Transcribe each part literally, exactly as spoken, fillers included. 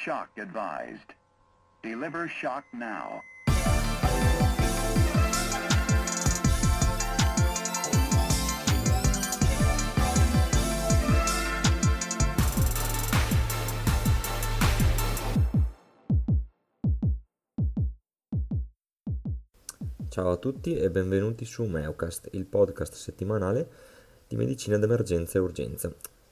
shock advised. Deliver shock now. Ciao a tutti e benvenuti su Meocast, il podcast settimanale di medicina d'emergenza e urgenza.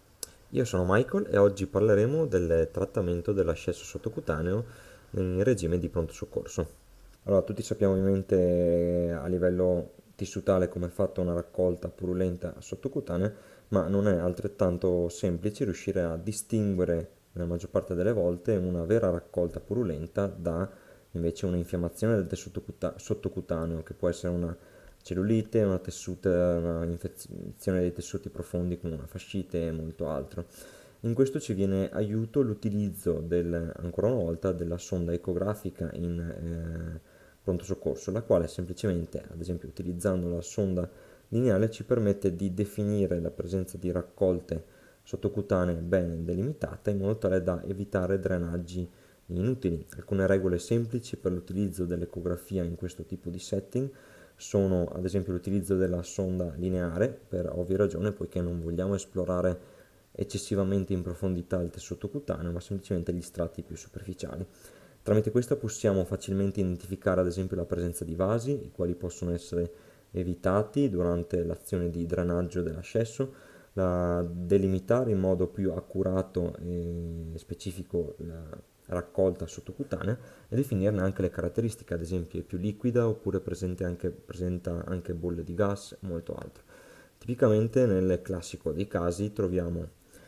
Io sono Michael e oggi parleremo del trattamento dell'ascesso sottocutaneo in regime di pronto soccorso. Allora, tutti sappiamo ovviamente a livello tissutale come è fatta una raccolta purulenta sottocutanea, ma non è altrettanto semplice riuscire a distinguere nella maggior parte delle volte una vera raccolta purulenta da invece un'infiammazione del tessuto cuta- sottocutaneo, che può essere una cellulite, una tessuta, una infezione dei tessuti profondi come una fascite e molto altro. In questo ci viene aiuto l'utilizzo del, ancora una volta della sonda ecografica in eh, pronto soccorso, la quale semplicemente, ad esempio utilizzando la sonda lineare, ci permette di definire la presenza di raccolte sottocutanee ben delimitate in modo tale da evitare drenaggi inutili. Alcune regole semplici per l'utilizzo dell'ecografia in questo tipo di setting sono ad esempio l'utilizzo della sonda lineare per ovvie ragioni, poiché non vogliamo esplorare eccessivamente in profondità il tessuto cutaneo, ma semplicemente gli strati più superficiali. Tramite questa possiamo facilmente identificare ad esempio la presenza di vasi, i quali possono essere evitati durante l'azione di drenaggio dell'ascesso, la delimitare in modo più accurato e specifico la raccolta sottocutanea e definirne anche le caratteristiche, ad esempio è più liquida oppure presente anche, presenta anche bolle di gas e molto altro. Tipicamente nel classico dei casi troviamo,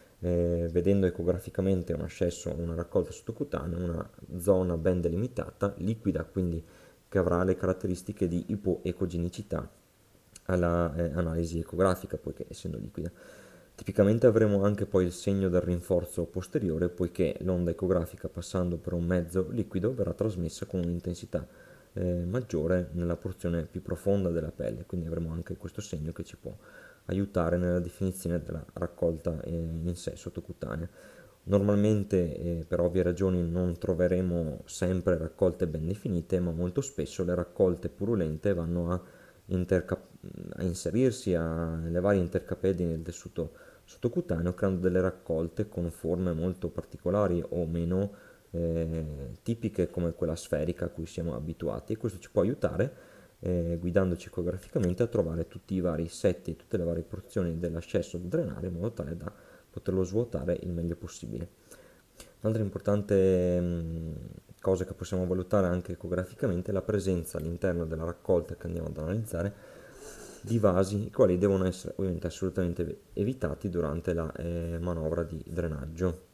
eh, vedendo ecograficamente un ascesso o una raccolta sottocutanea, una zona ben delimitata, liquida, quindi che avrà le caratteristiche di ipoecogenicità alla eh, analisi ecografica, poiché essendo liquida. Tipicamente avremo anche poi il segno del rinforzo posteriore, poiché l'onda ecografica passando per un mezzo liquido verrà trasmessa con un'intensità eh, maggiore nella porzione più profonda della pelle, quindi avremo anche questo segno che ci può aiutare nella definizione della raccolta eh, in sé sottocutanea. Normalmente eh, per ovvie ragioni non troveremo sempre raccolte ben definite, ma molto spesso le raccolte purulente vanno a intercap- a inserirsi a, nelle varie intercapedi del tessuto sottocutaneo, creando delle raccolte con forme molto particolari o meno eh, tipiche come quella sferica a cui siamo abituati, e questo ci può aiutare eh, guidandoci ecograficamente a trovare tutti i vari setti e tutte le varie porzioni dell'ascesso da drenare in modo tale da poterlo svuotare il meglio possibile. Un'altra importante mh, cosa che possiamo valutare anche ecograficamente è la presenza all'interno della raccolta che andiamo ad analizzare di vasi, i quali devono essere ovviamente assolutamente evitati durante la eh, manovra di drenaggio.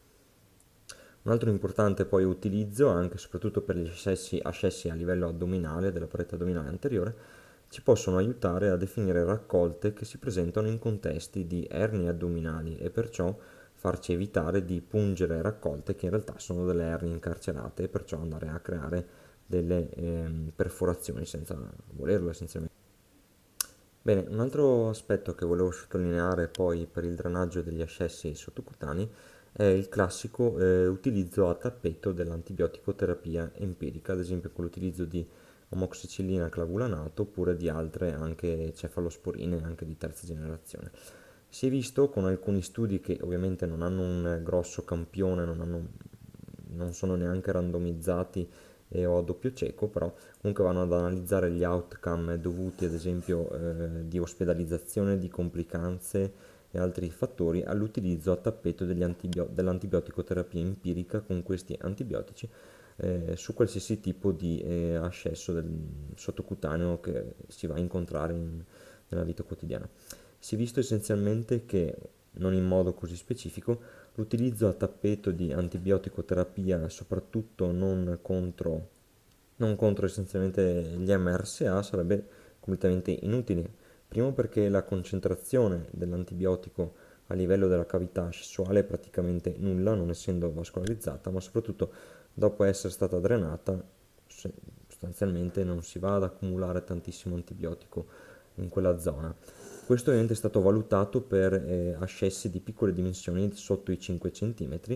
Un altro importante poi utilizzo, anche e soprattutto per gli ascessi, ascessi a livello addominale, della parete addominale anteriore, ci possono aiutare a definire raccolte che si presentano in contesti di ernie addominali e perciò farci evitare di pungere raccolte che in realtà sono delle ernie incarcerate e perciò andare a creare delle ehm, perforazioni senza volerlo essenzialmente. Bene, un altro aspetto che volevo sottolineare poi per il drenaggio degli ascessi sottocutanei è il classico eh, utilizzo a tappeto dell'antibiotico terapia empirica, ad esempio con l'utilizzo di amoxicillina clavulanato oppure di altre anche cefalosporine, anche di terza generazione. Si è visto con alcuni studi che ovviamente non hanno un grosso campione, non, hanno, non sono neanche randomizzati e o a doppio cieco, però comunque vanno ad analizzare gli outcome dovuti ad esempio eh, di ospedalizzazione, di complicanze e altri fattori all'utilizzo a tappeto degli antibio- dell'antibiotico terapia empirica con questi antibiotici eh, su qualsiasi tipo di eh, ascesso del sottocutaneo che si va a incontrare in, nella vita quotidiana. Si è visto essenzialmente che, non in modo così specifico, l'utilizzo a tappeto di antibiotico terapia, soprattutto non contro, non contro essenzialmente gli M R S A, sarebbe completamente inutile. Primo perché la concentrazione dell'antibiotico a livello della cavità ascessuale è praticamente nulla, non essendo vascolarizzata, ma soprattutto dopo essere stata drenata, sostanzialmente non si va ad accumulare tantissimo antibiotico in quella zona. Questo ovviamente è stato valutato per eh, ascessi di piccole dimensioni sotto i cinque centimetri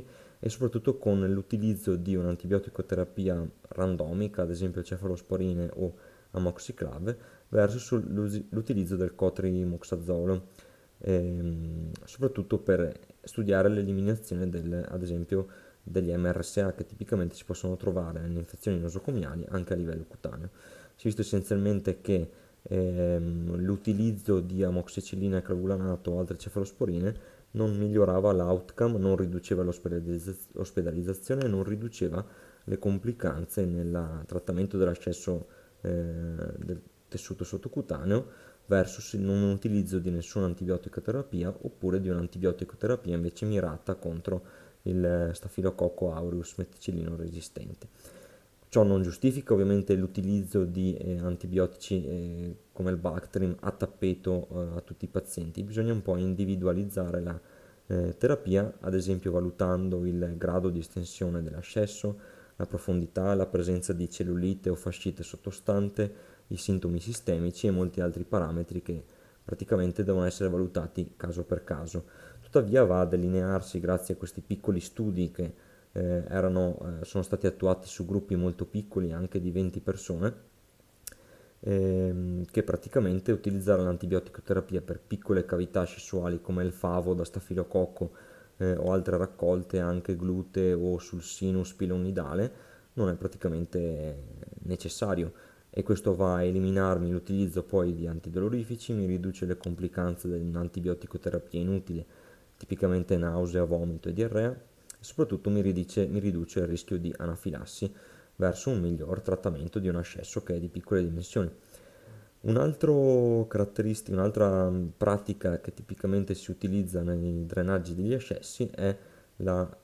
e soprattutto con l'utilizzo di un'antibiotico-terapia randomica, ad esempio cefalosporine o amoxiclav, versus l'utilizzo del cotrimoxazolo, ehm, soprattutto per studiare l'eliminazione del, ad esempio degli M R S A che tipicamente si possono trovare nelle infezioni nosocomiali anche a livello cutaneo. Si è visto essenzialmente che ehm, l'utilizzo di amoxicillina e clavulanato o altre cefalosporine non migliorava l'outcome, non riduceva l'ospedalizz- l'ospedalizzazione e non riduceva le complicanze nel trattamento dell'accesso eh, del tessuto sottocutaneo versus il non utilizzo di nessuna antibiotico-terapia oppure di un'antibiotico-terapia invece mirata contro il Staphylococcus aureus meticillino resistente. Ciò non giustifica ovviamente l'utilizzo di eh, antibiotici eh, come il Bactrim a tappeto eh, a tutti i pazienti, bisogna un po' individualizzare la eh, terapia, ad esempio valutando il grado di estensione dell'ascesso, la profondità, la presenza di cellulite o fascite sottostante, i sintomi sistemici e molti altri parametri che praticamente devono essere valutati caso per caso. Tuttavia va a delinearsi grazie a questi piccoli studi che eh, erano, eh, sono stati attuati su gruppi molto piccoli, anche di venti persone, ehm, che praticamente utilizzare l'antibiotico-terapia per piccole cavità sessuali come il favo da stafilococco eh, o altre raccolte anche glutee o sul sinus pilonidale non è praticamente necessario, e questo va a eliminarmi l'utilizzo poi di antidolorifici, mi riduce le complicanze dell'antibiotico-terapia inutile, tipicamente nausea, vomito e diarrea, e soprattutto mi riduce, mi riduce il rischio di anafilassi verso un miglior trattamento di un ascesso che è di piccole dimensioni. Un altro caratteristica, un'altra pratica che tipicamente si utilizza nei drenaggi degli ascessi è la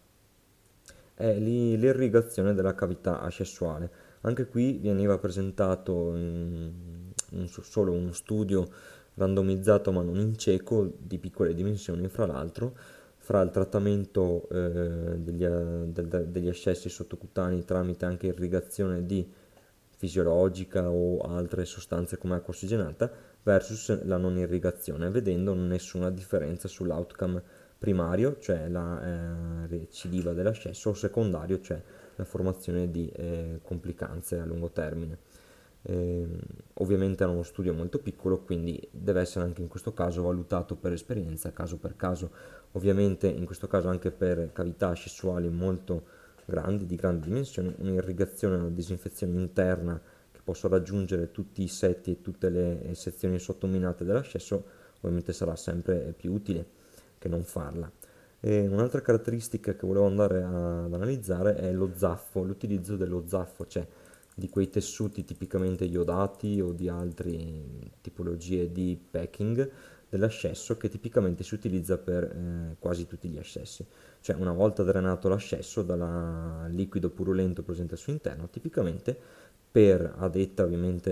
è lì l'irrigazione della cavità ascessuale. Anche qui veniva presentato in un, solo uno studio randomizzato ma non in cieco di piccole dimensioni, fra l'altro, fra il trattamento eh, degli, del, degli ascessi sottocutanei tramite anche irrigazione di fisiologica o altre sostanze come acqua ossigenata versus la non irrigazione, vedendo nessuna differenza sull'outcome primario, cioè la eh, recidiva dell'ascesso, o secondario, cioè la formazione di eh, complicanze a lungo termine. Eh, ovviamente era uno studio molto piccolo, quindi deve essere anche in questo caso valutato per esperienza, caso per caso. Ovviamente in questo caso anche per cavità ascessuali molto grandi, di grandi dimensioni, un'irrigazione e una disinfezione interna che possa raggiungere tutti i setti e tutte le sezioni sottominate dell'ascesso ovviamente sarà sempre più utile che non farla. E un'altra caratteristica che volevo andare a, ad analizzare è lo zaffo, l'utilizzo dello zaffo, cioè di quei tessuti tipicamente iodati o di altre tipologie di packing dell'ascesso che tipicamente si utilizza per eh, quasi tutti gli ascessi. Cioè una volta drenato l'ascesso dal liquido purulento presente al suo interno, tipicamente per, a detta ovviamente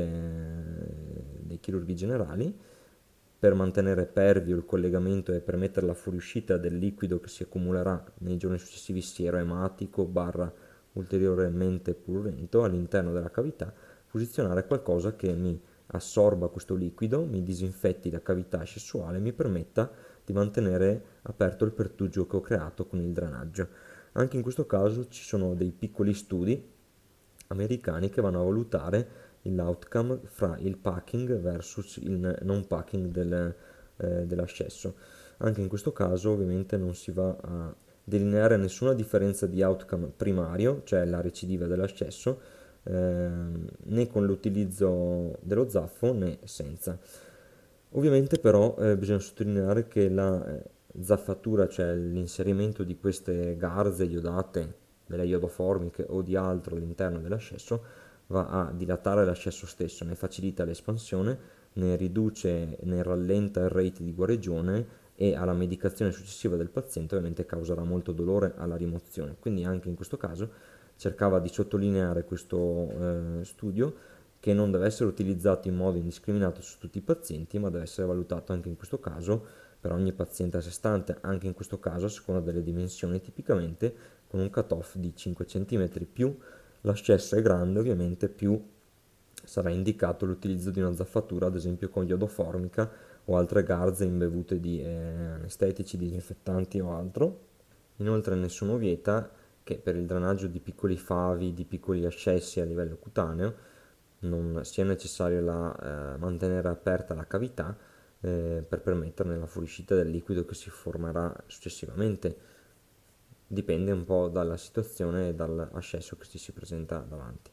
eh, dei chirurghi generali, per mantenere pervio il collegamento e permettere la fuoriuscita del liquido che si accumulerà nei giorni successivi sieroematico barra ulteriormente purulento all'interno della cavità, posizionare qualcosa che mi assorba questo liquido, mi disinfetti la cavità ascessuale e mi permetta di mantenere aperto il pertugio che ho creato con il drenaggio. Anche in questo caso ci sono dei piccoli studi americani che vanno a valutare l'outcome fra il packing versus il non packing del, eh, dell'ascesso. Anche in questo caso ovviamente non si va a delineare nessuna differenza di outcome primario, cioè la recidiva dell'ascesso, eh, né con l'utilizzo dello zaffo né senza. Ovviamente però eh, bisogna sottolineare che la eh, zaffatura, cioè l'inserimento di queste garze iodate, delle iodoformiche o di altro all'interno dell'ascesso, va a dilatare l'ascesso stesso, ne facilita l'espansione, ne riduce, ne rallenta il rate di guarigione e alla medicazione successiva del paziente ovviamente causerà molto dolore alla rimozione. Quindi anche in questo caso cercava di sottolineare questo eh, studio che non deve essere utilizzato in modo indiscriminato su tutti i pazienti, ma deve essere valutato anche in questo caso per ogni paziente a sé stante, anche in questo caso a seconda delle dimensioni, tipicamente con un cut-off di cinque centimetri, più l'ascesso è grande ovviamente più sarà indicato l'utilizzo di una zaffatura, ad esempio con iodoformica o altre garze imbevute di eh, anestetici, disinfettanti o altro, Inoltre nessuno vieta che per il drenaggio di piccoli favi, di piccoli ascessi a livello cutaneo, non sia necessario la, eh, mantenere aperta la cavità eh, per permetterne la fuoriuscita del liquido che si formerà successivamente. Dipende un po' dalla situazione e dall'ascesso che ci si presenta davanti.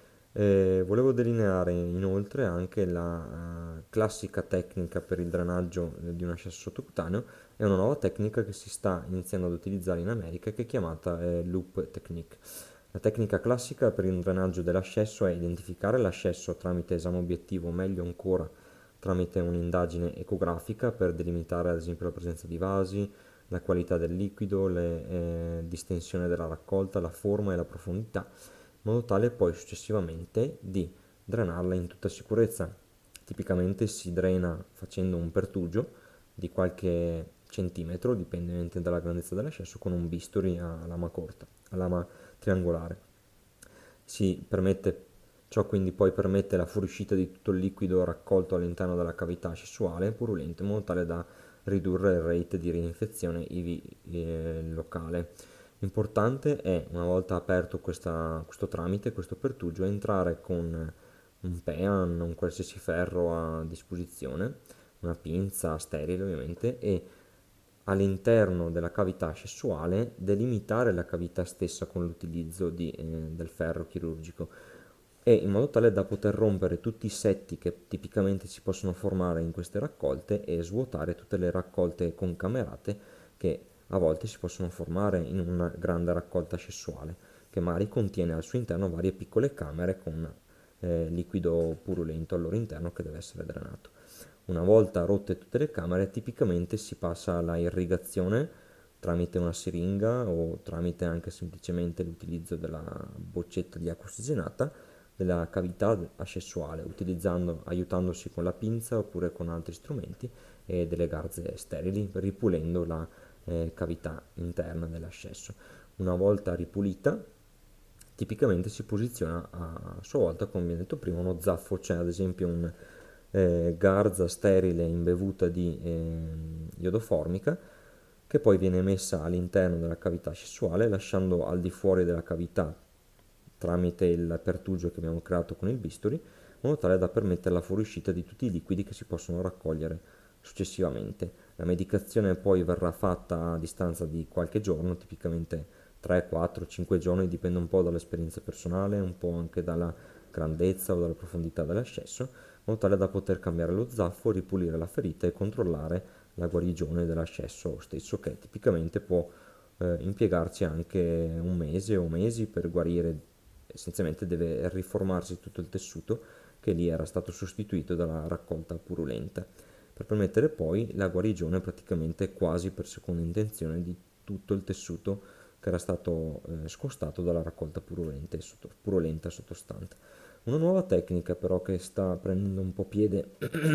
Eh, volevo delineare inoltre anche la eh, classica tecnica per il drenaggio eh, di un ascesso sottocutaneo. È una nuova tecnica che si sta iniziando ad utilizzare in America, che è chiamata eh, loop technique. La tecnica classica per il drenaggio dell'ascesso è identificare l'ascesso tramite esame obiettivo, o meglio ancora tramite un'indagine ecografica per delimitare ad esempio la presenza di vasi, la qualità del liquido, le eh, distensione della raccolta, la forma e la profondità, in modo tale poi successivamente di drenarla in tutta sicurezza. Tipicamente si drena facendo un pertugio di qualche centimetro, dipendente dalla grandezza dell'ascesso, con un bisturi a lama corta, a lama triangolare. Si permette, ciò quindi poi permette la fuoriuscita di tutto il liquido raccolto all'interno della cavità ascessuale purulento, in modo tale da ridurre il rate di reinfezione ivi eh, locale. Importante è, una volta aperto questa, questo tramite, questo pertugio, entrare con un PEAN, un qualsiasi ferro a disposizione, una pinza sterile ovviamente, e all'interno della cavità ascessuale delimitare la cavità stessa con l'utilizzo di, eh, del ferro chirurgico, e in modo tale da poter rompere tutti i setti che tipicamente si possono formare in queste raccolte e svuotare tutte le raccolte concamerate che a volte si possono formare in una grande raccolta ascessuale, che magari contiene al suo interno varie piccole camere con eh, liquido purulento al loro interno che deve essere drenato. Una volta rotte tutte le camere, tipicamente si passa alla irrigazione tramite una siringa o tramite anche semplicemente l'utilizzo della boccetta di acqua ossigenata della cavità ascessuale, utilizzando, aiutandosi con la pinza oppure con altri strumenti e delle garze sterili, ripulendo la eh, cavità interna dell'ascesso. Una volta ripulita, tipicamente si posiziona a sua volta, come vi ho detto prima, uno zaffo, c'è ad esempio un eh, garza sterile imbevuta di eh, iodoformica, che poi viene messa all'interno della cavità ascessuale, lasciando al di fuori della cavità tramite il pertugio che abbiamo creato con il bisturi, in modo tale da permettere la fuoriuscita di tutti i liquidi che si possono raccogliere successivamente. La medicazione poi verrà fatta a distanza di qualche giorno, tipicamente tre, quattro, cinque giorni, dipende un po' dall'esperienza personale, un po' anche dalla grandezza o dalla profondità dell'ascesso, in modo tale da poter cambiare lo zaffo, ripulire la ferita e controllare la guarigione dell'ascesso stesso, che tipicamente può eh, impiegarci anche un mese o mesi per guarire. Essenzialmente deve riformarsi tutto il tessuto che lì era stato sostituito dalla raccolta purulenta, per permettere poi la guarigione praticamente quasi per seconda intenzione di tutto il tessuto che era stato eh, scostato dalla raccolta purulenta, sotto, purulenta sottostante. Una nuova tecnica però che sta prendendo un po' piede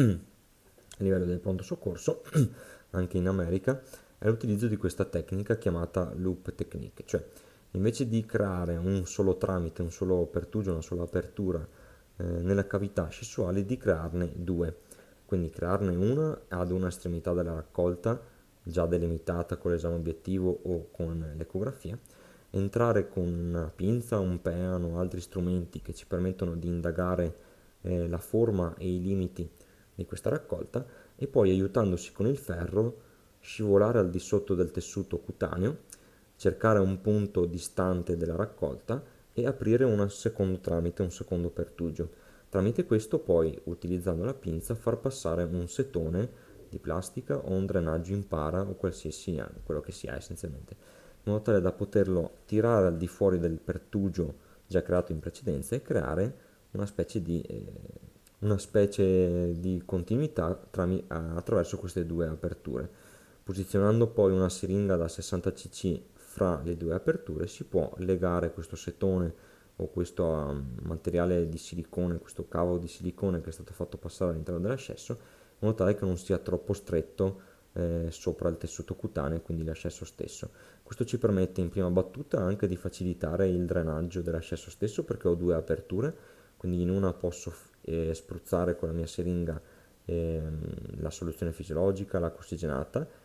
a livello del pronto soccorso anche in America è l'utilizzo di questa tecnica chiamata loop technique, cioè invece di creare un solo tramite, un solo pertugio, una sola apertura eh, nella cavità ascessuale, di crearne due. Quindi crearne una ad una estremità della raccolta, già delimitata con l'esame obiettivo o con l'ecografia, entrare con una pinza, un PEAN o altri strumenti che ci permettono di indagare eh, la forma e i limiti di questa raccolta, e poi aiutandosi con il ferro scivolare al di sotto del tessuto cutaneo, cercare un punto distante della raccolta e aprire un secondo tramite, un secondo pertugio. Tramite questo poi, utilizzando la pinza, far passare un setone di plastica o un drenaggio in para o qualsiasi quello che sia essenzialmente, in modo tale da poterlo tirare al di fuori del pertugio già creato in precedenza e creare una specie di, eh, una specie di continuità trami- attraverso queste due aperture. Posizionando poi una siringa da sessanta cc fra le due aperture, si può legare questo setone o questo um, materiale di silicone, questo cavo di silicone che è stato fatto passare all'interno dell'ascesso, in modo tale che non sia troppo stretto eh, sopra il tessuto cutaneo e quindi l'ascesso stesso. Questo ci permette in prima battuta anche di facilitare il drenaggio dell'ascesso stesso, perché ho due aperture, quindi in una posso eh, spruzzare con la mia siringa eh, la soluzione fisiologica, l'acqua ossigenata,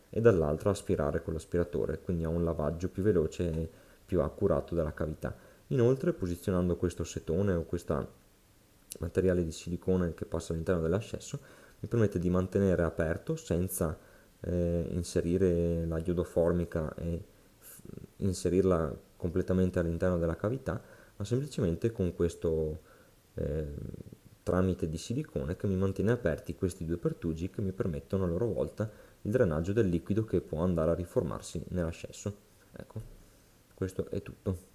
e dall'altra aspirare con l'aspiratore, quindi ha un lavaggio più veloce e più accurato della cavità. Inoltre, posizionando questo setone o questo materiale di silicone che passa all'interno dell'ascesso, mi permette di mantenere aperto senza eh, inserire la iodoformica e f- inserirla completamente all'interno della cavità, ma semplicemente con questo eh, tramite di silicone che mi mantiene aperti questi due pertugi che mi permettono a loro volta il drenaggio del liquido che può andare a riformarsi nell'ascesso. Ecco, questo è tutto.